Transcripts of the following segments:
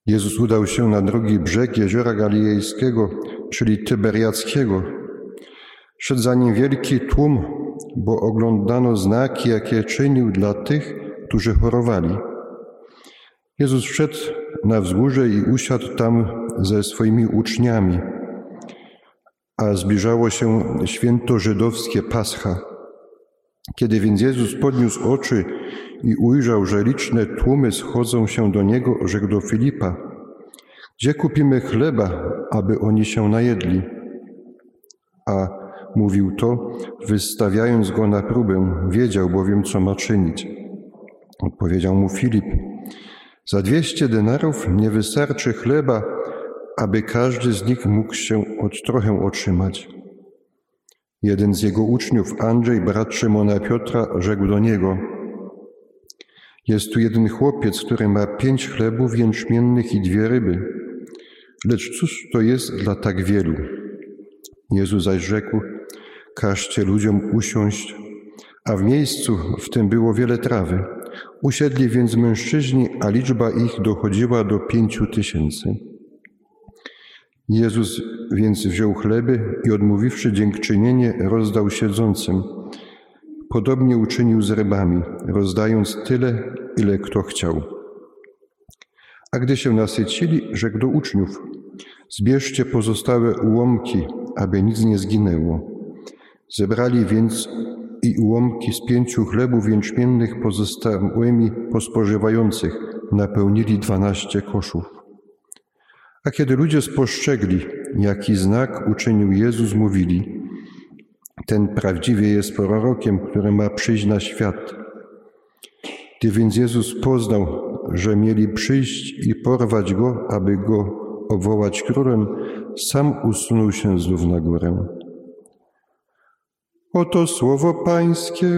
Jezus udał się na drugi brzeg Jeziora Galilejskiego, czyli Tyberiackiego. Szedł za nim wielki tłum, bo oglądano znaki, jakie czynił dla tych, którzy chorowali. Jezus wszedł na wzgórze i usiadł tam ze swoimi uczniami, a zbliżało się święto żydowskie Pascha. Kiedy więc Jezus podniósł oczy i ujrzał, że liczne tłumy schodzą się do Niego, rzekł do Filipa: gdzie kupimy chleba, aby oni się najedli? A mówił to, wystawiając go na próbę, wiedział bowiem, co ma czynić. Odpowiedział mu Filip: za 200 denarów nie wystarczy chleba, aby każdy z nich mógł się trochę otrzymać. Jeden z jego uczniów, Andrzej, brat Szymona Piotra, rzekł do niego: jest tu jeden chłopiec, który ma 5 chlebów jęczmiennych i 2 ryby. Lecz cóż to jest dla tak wielu? Jezus zaś rzekł: każcie ludziom usiąść, a w miejscu w tym było wiele trawy. Usiedli więc mężczyźni, a liczba ich dochodziła do 5000. Jezus więc wziął chleby i odmówiwszy dziękczynienie, rozdał siedzącym. Podobnie uczynił z rybami, rozdając tyle, ile kto chciał. A gdy się nasycili, rzekł do uczniów: zbierzcie pozostałe ułomki, aby nic nie zginęło. Zebrali więc i ułomki z 5 chlebów jęczmiennych pozostałymi po spożywających napełnili 12 koszów. A kiedy ludzie spostrzegli, jaki znak uczynił Jezus, mówili: ten prawdziwie jest prorokiem, który ma przyjść na świat. Gdy więc Jezus poznał, że mieli przyjść i porwać go, aby go obwołać królem, sam usunął się znów na górę. Oto słowo Pańskie.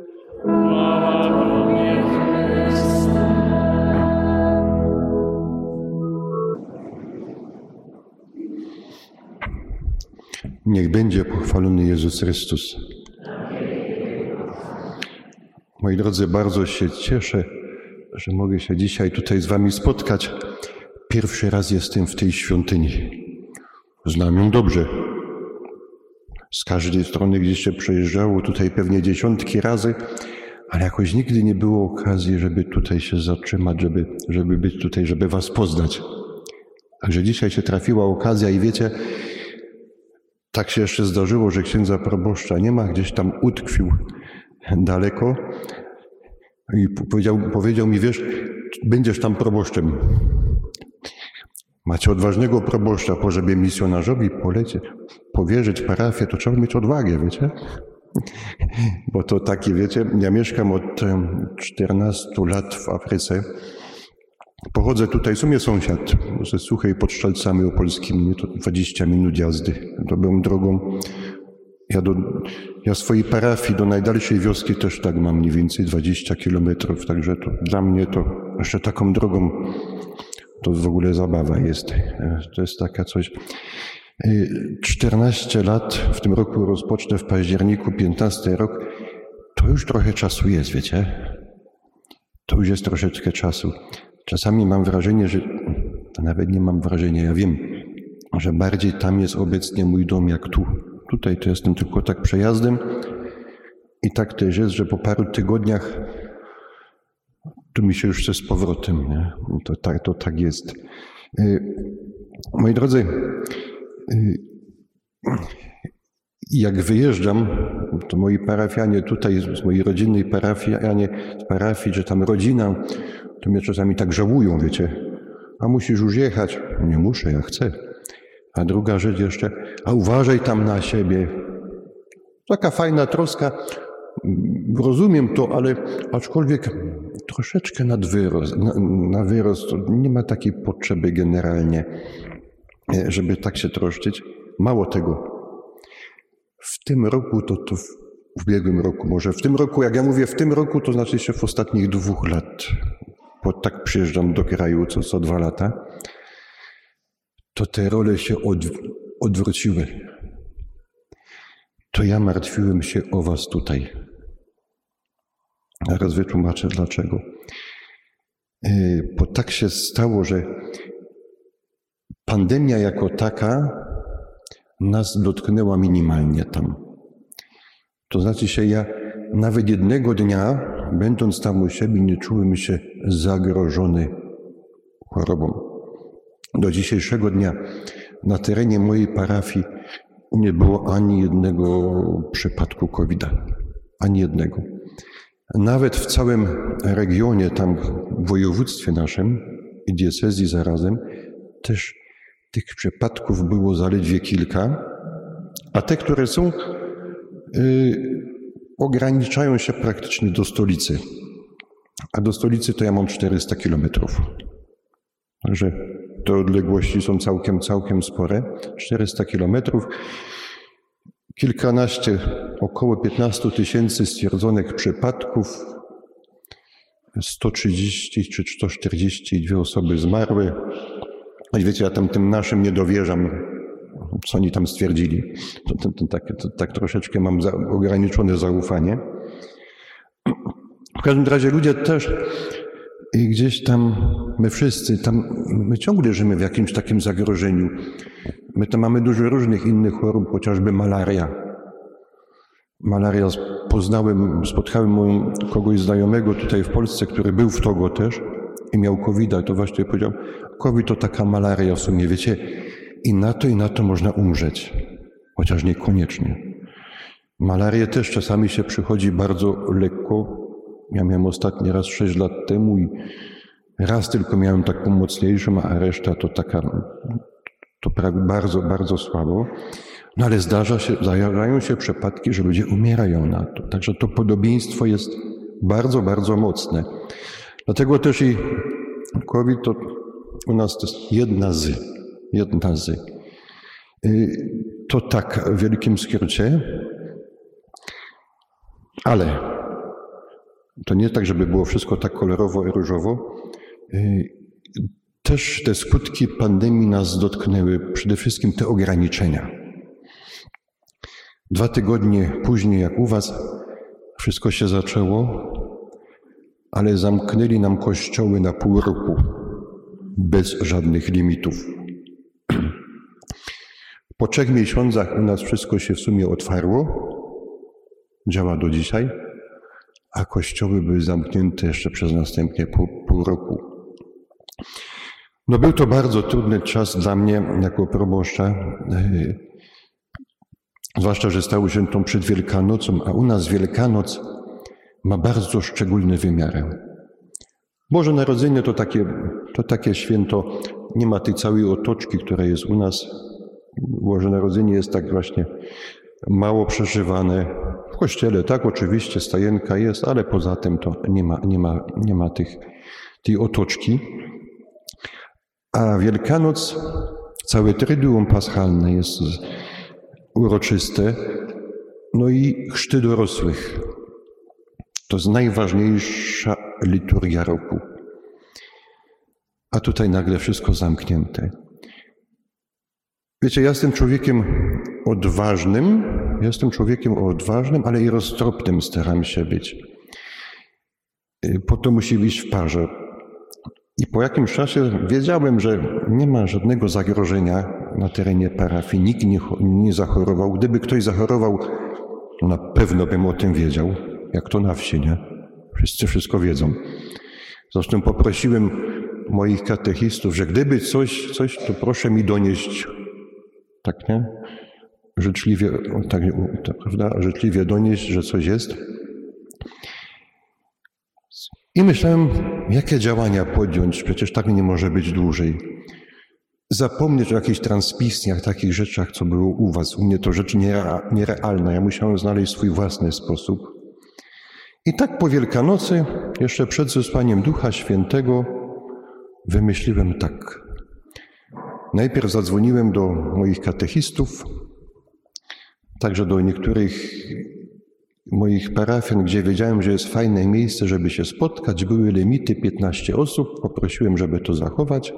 Niech będzie pochwalony Jezus Chrystus. Moi drodzy, bardzo się cieszę, że mogę się dzisiaj tutaj z wami spotkać. Pierwszy raz jestem w tej świątyni. Znam ją dobrze. Z każdej strony gdzieś się przejeżdżało, tutaj pewnie dziesiątki razy, ale jakoś nigdy nie było okazji, żeby tutaj się zatrzymać, żeby być tutaj, żeby was poznać. Także dzisiaj się trafiła okazja i wiecie, tak się jeszcze zdarzyło, że księdza proboszcza nie ma, gdzieś tam utkwił daleko i powiedział mi: wiesz, będziesz tam proboszczem. Macie odważnego proboszcza, żeby misjonarzowi powierzyć parafię, to trzeba mieć odwagę, wiecie? Bo to takie, wiecie, ja mieszkam od 14 lat w Afryce. Pochodzę tutaj, w sumie sąsiad, ze Suchej pod Szczelcami Opolskimi, to 20 minut jazdy dobrą drogą. Ja swojej parafii do najdalszej wioski też tak mam mniej więcej 20 kilometrów, także to dla mnie to jeszcze taką drogą to w ogóle zabawa jest. To jest taka coś. 14 lat, w tym roku rozpocznę w październiku, 15 rok, to już trochę czasu jest, wiecie? To już jest troszeczkę czasu. Czasami mam wrażenie, że, nawet nie mam wrażenia, ja wiem, że bardziej tam jest obecnie mój dom jak tu. Tutaj to jestem tylko tak przejazdem i tak też jest, że po paru tygodniach tu mi się już chce z powrotem, nie? To tak jest. Moi drodzy, jak wyjeżdżam, to moi parafianie tutaj, z mojej rodzinnej parafii, że tam rodzina, to mnie czasami tak żałują, wiecie. A musisz już jechać. Nie muszę, ja chcę. A druga rzecz jeszcze, a uważaj tam na siebie. Taka fajna troska, rozumiem to, ale aczkolwiek troszeczkę na wyrost, to nie ma takiej potrzeby generalnie, żeby tak się troszczyć. Mało tego. W tym roku, to w ubiegłym roku może, w tym roku, jak ja mówię w tym roku, to znaczy się w ostatnich 2 lat, bo tak przyjeżdżam do kraju co 2 lata, to te role się odwróciły. To ja martwiłem się o was tutaj. Zaraz wytłumaczę dlaczego. bo tak się stało, że pandemia jako taka nas dotknęła minimalnie tam. To znaczy się, ja nawet jednego dnia, będąc tam u siebie, nie czułem się zagrożony chorobą. Do dzisiejszego dnia na terenie mojej parafii nie było ani jednego przypadku COVID-a. Ani jednego. Nawet w całym regionie, tam w województwie naszym i diecezji zarazem, też tych przypadków było zaledwie kilka, a te, które są, ograniczają się praktycznie do stolicy. A do stolicy to ja mam 400 kilometrów. Także te odległości są całkiem spore. 400 kilometrów. Kilkanaście, około 15 tysięcy stwierdzonych przypadków. 130 czy 142 osoby zmarły. A wiecie, ja tam tym naszym nie dowierzam, co oni tam stwierdzili. Tak troszeczkę mam ograniczone zaufanie. W każdym razie ludzie też i gdzieś tam, my wszyscy, my ciągle żyjemy w jakimś takim zagrożeniu. My tam mamy dużo różnych innych chorób, chociażby malaria. Malaria, spotkałem kogoś znajomego tutaj w Polsce, który był w Togo też i miał COVID-a. To właśnie powiedział, COVID to taka malaria w sumie, wiecie, i na to można umrzeć, chociaż niekoniecznie. Malarię też czasami się przychodzi bardzo lekko. Ja miałem ostatni raz 6 lat temu i raz tylko miałem taką mocniejszą, a reszta to bardzo słabo. No ale zdarzają się przypadki, że ludzie umierają na to. Także to podobieństwo jest bardzo mocne. Dlatego też i COVID to u nas to jest jedna z. To tak w wielkim skrócie, ale to nie tak, żeby było wszystko tak kolorowo i różowo. Też te skutki pandemii nas dotknęły, przede wszystkim te ograniczenia. 2 tygodnie później, jak u was, wszystko się zaczęło, ale zamknęli nam kościoły na pół roku, bez żadnych limitów. Po 3 miesiącach u nas wszystko się w sumie otwarło, działa do dzisiaj, a kościoły były zamknięte jeszcze przez następnie pół roku. No był to bardzo trudny czas dla mnie jako proboszcza, zwłaszcza, że stało się to przed Wielkanocą, a u nas Wielkanoc ma bardzo szczególny wymiar. Boże Narodzenie to takie święto, nie ma tej całej otoczki, która jest u nas. Boże Narodzenie jest tak właśnie mało przeżywane. W kościele tak, oczywiście stajenka jest, ale poza tym to nie ma tej otoczki. A Wielkanoc, całe Triduum Paschalne jest uroczyste, no i chrzty dorosłych. To jest najważniejsza liturgia roku. A tutaj nagle wszystko zamknięte. Wiecie, ja jestem człowiekiem odważnym, ale i roztropnym staram się być. Po to musi iść w parze. I po jakimś czasie wiedziałem, że nie ma żadnego zagrożenia na terenie parafii. Nikt nie zachorował. Gdyby ktoś zachorował, to na pewno bym o tym wiedział. Jak to na wsi, nie? Wszyscy wszystko wiedzą. Zresztą poprosiłem moich katechistów, że gdyby coś, to proszę mi donieść. Tak, nie? Życzliwie, prawda? Życzliwie donieść, że coś jest. I myślałem, jakie działania podjąć, przecież tak nie może być dłużej. Zapomnieć o jakichś transmisjach, takich rzeczach, co było u was. U mnie to rzecz nierealna. Ja musiałem znaleźć swój własny sposób. I tak po Wielkanocy, jeszcze przed zesłaniem Ducha Świętego, wymyśliłem tak. Najpierw zadzwoniłem do moich katechistów, także do niektórych moich parafian, gdzie wiedziałem, że jest fajne miejsce, żeby się spotkać. Były limity 15 osób. Poprosiłem, żeby to zachować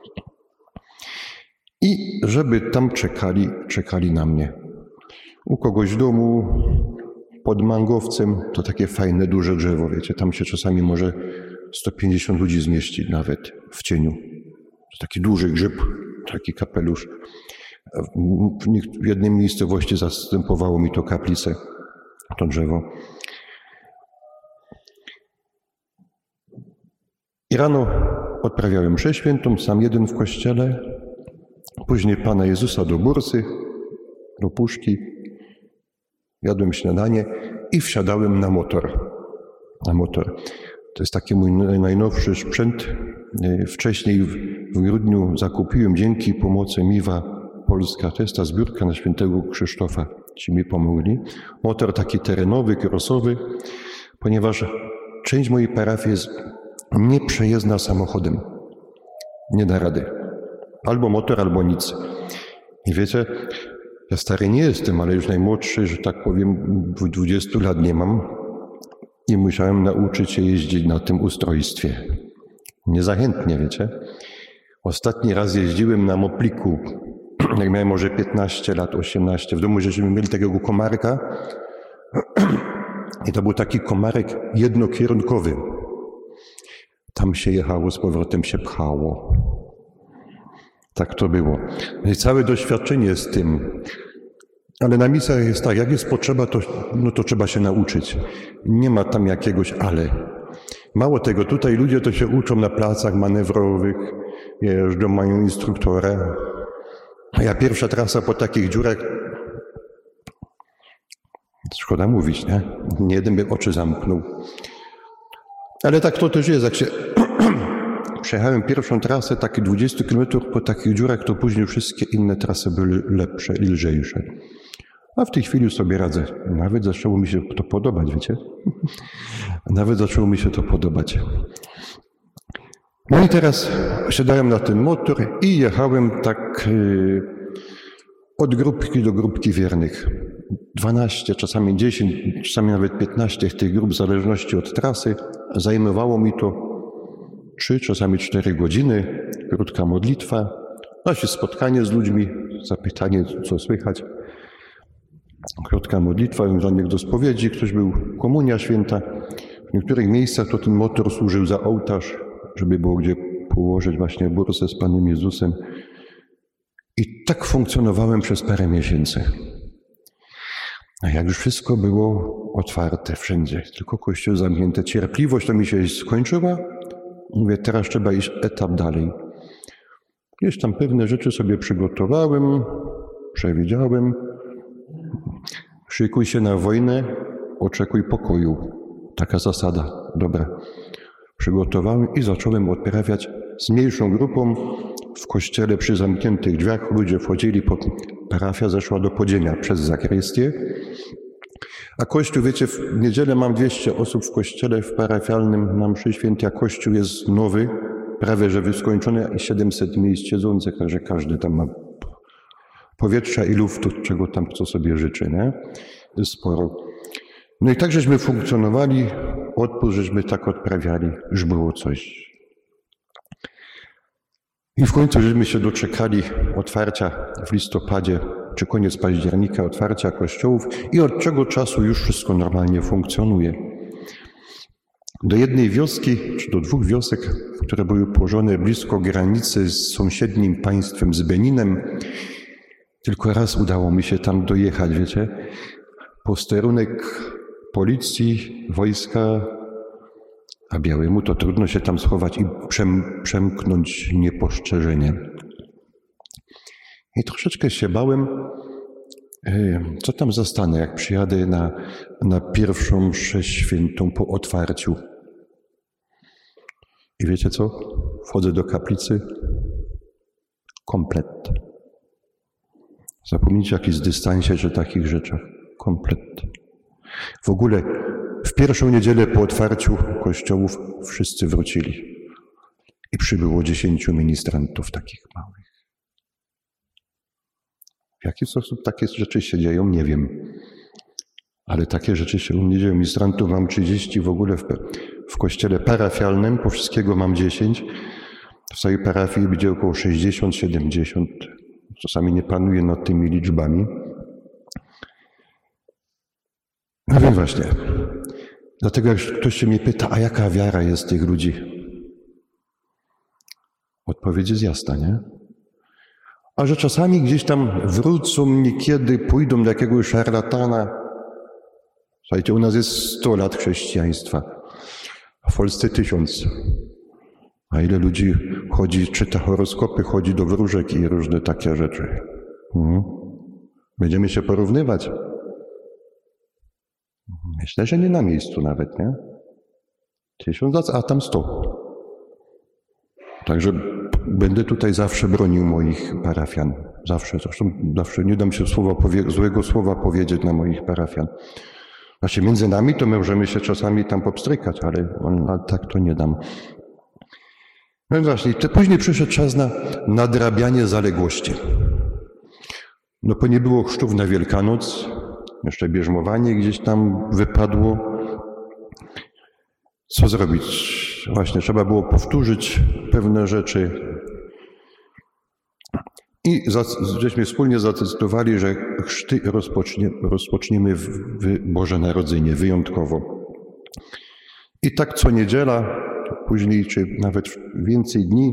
i żeby tam czekali na mnie. U kogoś w domu, pod mangowcem, to takie fajne, duże drzewo, wiecie, tam się czasami może 150 ludzi zmieści nawet w cieniu. Taki duży grzyb, taki kapelusz. W jednej miejscowości zastępowało mi to kaplicę, to drzewo. I rano odprawiałem mszę świętą, sam jeden w kościele, później Pana Jezusa do bursy, do puszki, jadłem śniadanie i wsiadałem na motor. To jest taki mój najnowszy sprzęt. Wcześniej w grudniu zakupiłem dzięki pomocy Miwa Polska. To jest ta zbiórka na świętego Krzysztofa. Ci mi pomogli. Motor taki terenowy, crossowy, ponieważ część mojej parafii jest nieprzejezdna samochodem. Nie da rady. Albo motor, albo nic. I wiecie, ja stary nie jestem, ale już najmłodszy, że tak powiem, 20 lat nie mam. I musiałem nauczyć się jeździć na tym ustrojstwie. Niezachętnie, wiecie. Ostatni raz jeździłem na mopliku, jak miałem może 15 lat, 18. W domu żeśmy mieli takiego komarka i to był taki komarek jednokierunkowy. Tam się jechało, z powrotem się pchało. Tak to było. No i całe doświadczenie z tym. Ale na misach jest tak, jak jest potrzeba, to trzeba się nauczyć. Nie ma tam jakiegoś ale. Mało tego, tutaj ludzie to się uczą na placach manewrowych, jeżdżą, mają instruktora. A ja pierwsza trasa po takich dziurach, szkoda mówić, nie? Nie jeden by oczy zamknął. Ale tak to też jest, jak się przejechałem pierwszą trasę, takie 20 km po takich dziurach, to później wszystkie inne trasy były lepsze i lżejsze. A w tej chwili sobie radzę. Nawet zaczęło mi się to podobać, wiecie? Nawet zaczęło mi się to podobać. No i teraz siadałem na ten motor i jechałem tak od grupki do grupki wiernych. 12, czasami 10, czasami nawet 15 tych grup, w zależności od trasy. Zajmowało mi to 3, czasami 4 godziny. Krótka modlitwa, spotkanie z ludźmi, zapytanie, co słychać. Krótka modlitwa, żadnych do spowiedzi, ktoś był, komunia święta. W niektórych miejscach to ten motor służył za ołtarz, żeby było gdzie położyć właśnie bursę z Panem Jezusem. I tak funkcjonowałem przez parę miesięcy. A jak już wszystko było otwarte wszędzie, tylko kościół zamknięty, cierpliwość to mi się skończyła. Mówię, teraz trzeba iść etap dalej. Gdzieś tam pewne rzeczy sobie przygotowałem, przewidziałem. Szykuj się na wojnę, oczekuj pokoju. Taka zasada. Dobra. Przygotowałem i zacząłem odprawiać z mniejszą grupą w kościele przy zamkniętych drzwiach. Ludzie wchodzili, parafia zeszła do podziemia przez zakrystię. A kościół, wiecie, w niedzielę mam 200 osób w kościele w parafialnym na mszy świętej, a kościół jest nowy, prawie że wyskończony i 700 miejsc siedzących, także każdy tam ma powietrza i luftu, czego tam kto sobie życzy, nie? Jest sporo. No i tak żeśmy funkcjonowali, odpust żeśmy tak odprawiali, już było coś. I w końcu żeśmy się doczekali otwarcia w listopadzie, czy koniec października, otwarcia kościołów i od tego czasu już wszystko normalnie funkcjonuje. Do jednej wioski, czy do 2 wiosek, które były położone blisko granicy z sąsiednim państwem, z Beninem, tylko raz udało mi się tam dojechać, wiecie. Posterunek policji, wojska, a białemu to trudno się tam schować i przemknąć niepostrzeżenie. I troszeczkę się bałem, co tam zastanę, jak przyjadę na pierwszą mszę świętą po otwarciu. I wiecie co? Wchodzę do kaplicy, komplet. Zapomnijcie o jakimś dystansie czy takich rzeczach. Komplet. W ogóle w pierwszą niedzielę po otwarciu kościołów wszyscy wrócili. I przybyło 10 ministrantów takich małych. W jaki sposób takie rzeczy się dzieją, nie wiem. Ale takie rzeczy się u mnie dzieją. Ministrantów mam 30 w ogóle w kościele parafialnym, po wszystkiego mam 10. W całej parafii będzie około 60-70. Czasami nie panuję nad tymi liczbami. No więc właśnie. Dlatego jak ktoś się mnie pyta, a jaka wiara jest tych ludzi? Odpowiedź jest jasna, nie? A że czasami gdzieś tam wrócą niekiedy, pójdą do jakiegoś szarlatana. Słuchajcie, u nas jest 100 lat chrześcijaństwa, a w Polsce 1000. A ile ludzi chodzi, czyta horoskopy, chodzi do wróżek i różne takie rzeczy. Będziemy się porównywać. Myślę, że nie na miejscu nawet, nie? 1000 lat, a tam 100. Także będę tutaj zawsze bronił moich parafian. Zawsze, zresztą zawsze nie dam się złego słowa powiedzieć na moich parafian. Znaczy między nami to możemy się czasami tam popstrykać, ale tak to nie dam. No właśnie, później przyszedł czas na nadrabianie zaległości. No bo nie było chrztów na Wielkanoc, jeszcze bierzmowanie gdzieś tam wypadło. Co zrobić? Właśnie trzeba było powtórzyć pewne rzeczy. I żeśmy wspólnie zadecydowali, że chrzty rozpoczniemy w Boże Narodzenie, wyjątkowo. I tak co niedziela, później czy nawet więcej dni,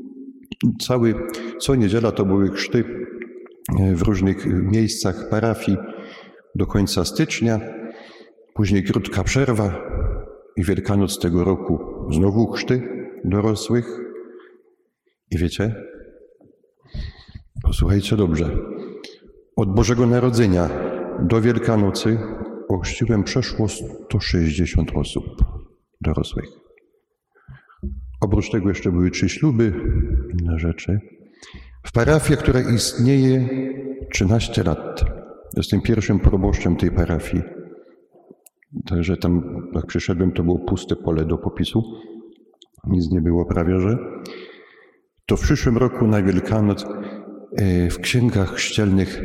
co niedziela to były chrzty w różnych miejscach parafii do końca stycznia. Później krótka przerwa i Wielkanoc tego roku znowu chrzty dorosłych. I wiecie, posłuchajcie dobrze, od Bożego Narodzenia do Wielkanocy ochrzciłem przeszło 160 osób dorosłych. Oprócz tego jeszcze były 3 śluby, inne rzeczy. W parafii, która istnieje 13 lat. Jestem pierwszym proboszczem tej parafii. Także tam, jak przyszedłem, to było puste pole do popisu. Nic nie było prawie, że. To w przyszłym roku na Wielkanoc w księgach chrzcielnych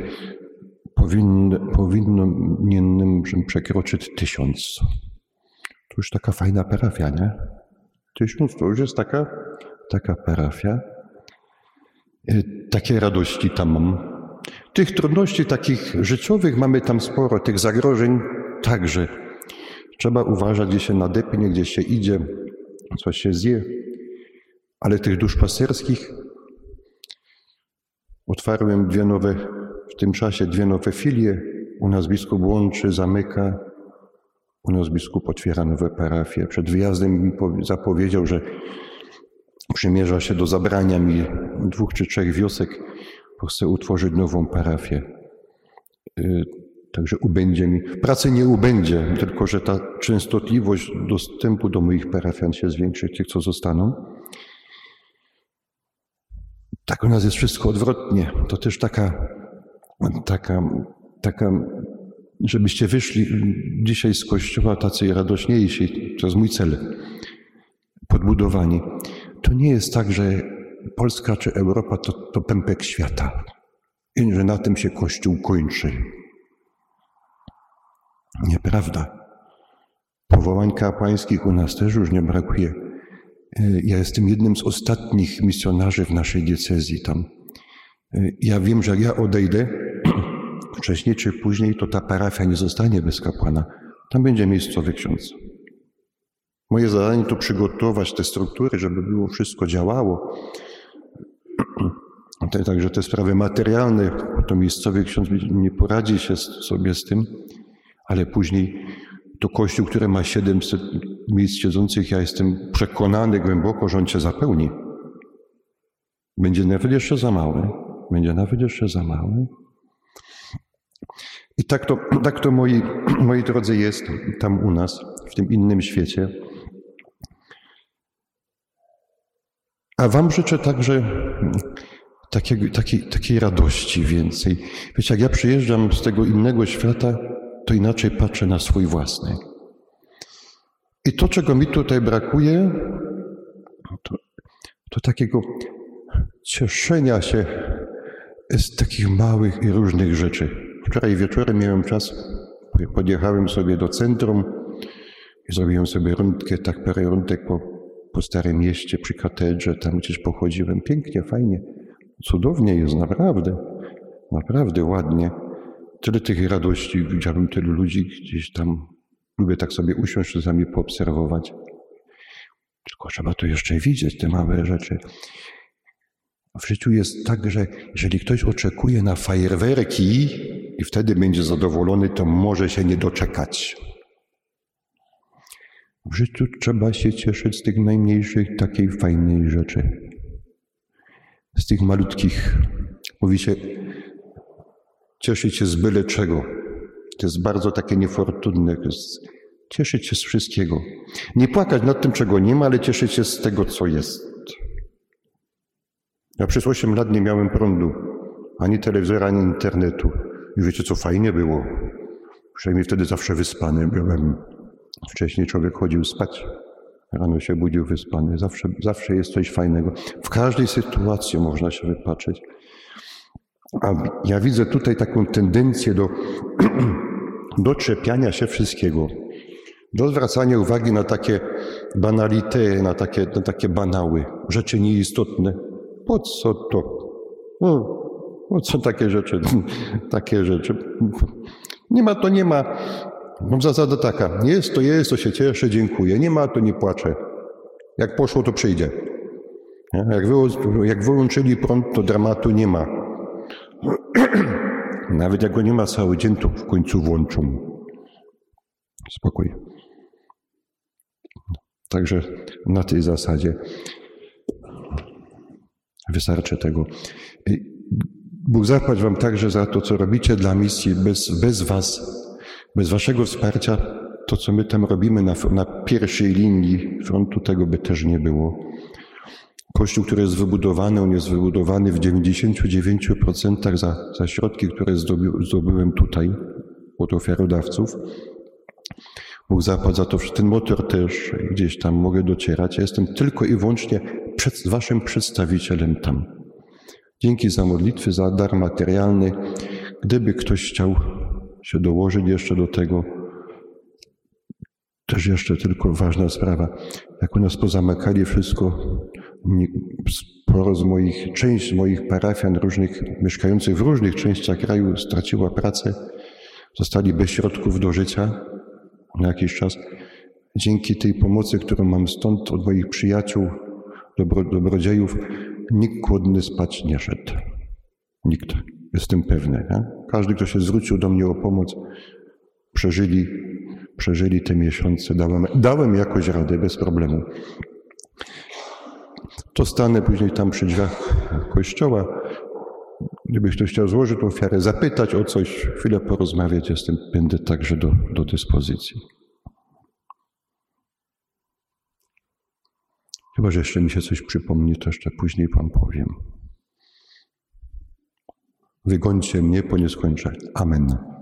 powinienem przekroczyć 1000. To już taka fajna parafia, nie? 1000 to już jest taka parafia. Takie radości tam mam. Tych trudności takich życiowych mamy tam sporo, tych zagrożeń także. Trzeba uważać, gdzie się nadepnie, gdzie się idzie, coś się zje. Ale tych duszpasterskich otwarłem w tym czasie 2 nowe filie. U nas biskup łączy, zamyka. U nas biskup otwiera nowe parafie. Przed wyjazdem mi zapowiedział, że przymierza się do zabrania mi 2 czy 3 wiosek, bo chce utworzyć nową parafię. Także ubędzie mi. Pracy nie ubędzie, tylko że ta częstotliwość dostępu do moich parafian się zwiększy, tych, co zostaną. Tak u nas jest wszystko odwrotnie. To też taka, żebyście wyszli dzisiaj z kościoła tacy radośniejsi, to jest mój cel, podbudowani. To nie jest tak, że Polska czy Europa to pępek świata i że na tym się Kościół kończy. Nieprawda. Powołań kapłańskich u nas też już nie brakuje. Ja jestem jednym z ostatnich misjonarzy w naszej diecezji tam. Ja wiem, że jak ja odejdę, wcześniej czy później, to ta parafia nie zostanie bez kapłana. Tam będzie miejscowy ksiądz. Moje zadanie to przygotować te struktury, żeby było wszystko działało. Także te sprawy materialne, to miejscowy ksiądz nie poradzi się sobie z tym, ale później to Kościół, który ma 700 miejsc siedzących, ja jestem przekonany głęboko, że on cię zapełni. Będzie nawet jeszcze za mały. I tak to moi drodzy, jest tam u nas, w tym innym świecie. A wam życzę także takiej radości więcej. Wiecie, jak ja przyjeżdżam z tego innego świata, to inaczej patrzę na swój własny. I to, czego mi tutaj brakuje, to takiego cieszenia się z takich małych i różnych rzeczy. Wczoraj wieczorem miałem czas, podjechałem sobie do centrum i zrobiłem sobie rundkę, parę rundek po Starym Mieście, przy katedrze, tam gdzieś pochodziłem. Pięknie, fajnie, cudownie jest, naprawdę ładnie. Tyle tych radości, widziałem tylu ludzi gdzieś tam Lubię tak sobie usiąść, czasami poobserwować. Tylko trzeba to jeszcze widzieć, te małe rzeczy. W życiu jest tak, że jeżeli ktoś oczekuje na fajerwerki i wtedy będzie zadowolony, to może się nie doczekać. W życiu trzeba się cieszyć z tych najmniejszych, takiej fajnej rzeczy. Z tych malutkich. Mówi się, cieszyć się z byle czego. To jest bardzo takie niefortunne. Cieszyć się z wszystkiego. Nie płakać nad tym, czego nie ma, ale cieszyć się z tego, co jest. Ja przez 8 lat nie miałem prądu. Ani telewizora, ani internetu. I wiecie, co fajnie było? Przynajmniej wtedy zawsze wyspany byłem. Wcześniej człowiek chodził spać. Rano się budził wyspany. Zawsze jest coś fajnego. W każdej sytuacji można się wypatrzeć. A ja widzę tutaj taką tendencję do czepiania się wszystkiego. Do zwracania uwagi na takie banality, na takie banały, rzeczy nieistotne. Po co to? Po co takie rzeczy? Takie rzeczy. Nie ma to nie ma. Mam zasadę taka. Jest, to się cieszę, dziękuję. Nie ma, to nie płaczę. Jak poszło, to przyjdzie. Jak wyłączyli prąd, to dramatu nie ma. Nawet jak go nie ma cały dzień, to w końcu włączą. Spokój. Także na tej zasadzie wystarczy tego. Bóg zapłać wam także za to, co robicie dla misji. Bez was, bez waszego wsparcia, to, co my tam robimy na pierwszej linii frontu, tego by też nie było. Kościół, który jest wybudowany, on jest wybudowany w 99% za środki, które zdobyłem tutaj od ofiarodawców. Bóg zapłać za to, że ten motor też gdzieś tam mogę docierać. Ja jestem tylko i wyłącznie waszym przedstawicielem tam. Dzięki za modlitwy, za dar materialny. Gdyby ktoś chciał się dołożyć jeszcze do tego, też jeszcze tylko ważna sprawa. Jak u nas pozamykali wszystko, część moich parafian różnych, mieszkających w różnych częściach kraju straciła pracę, zostali bez środków do życia na jakiś czas. Dzięki tej pomocy, którą mam stąd od moich przyjaciół, dobrodziejów, nikt głodny spać nie szedł. Nikt. Jestem pewny. Nie? Każdy, kto się zwrócił do mnie o pomoc, przeżyli te miesiące. Dałem jakoś radę, bez problemu. To stanę później tam przy drzwiach kościoła. Gdyby ktoś chciał złożyć ofiarę, zapytać o coś, chwilę porozmawiać, będę także do dyspozycji. Chyba że jeszcze mi się coś przypomni, to jeszcze później wam powiem. Wygońcie mnie, bo nie skończę. Amen.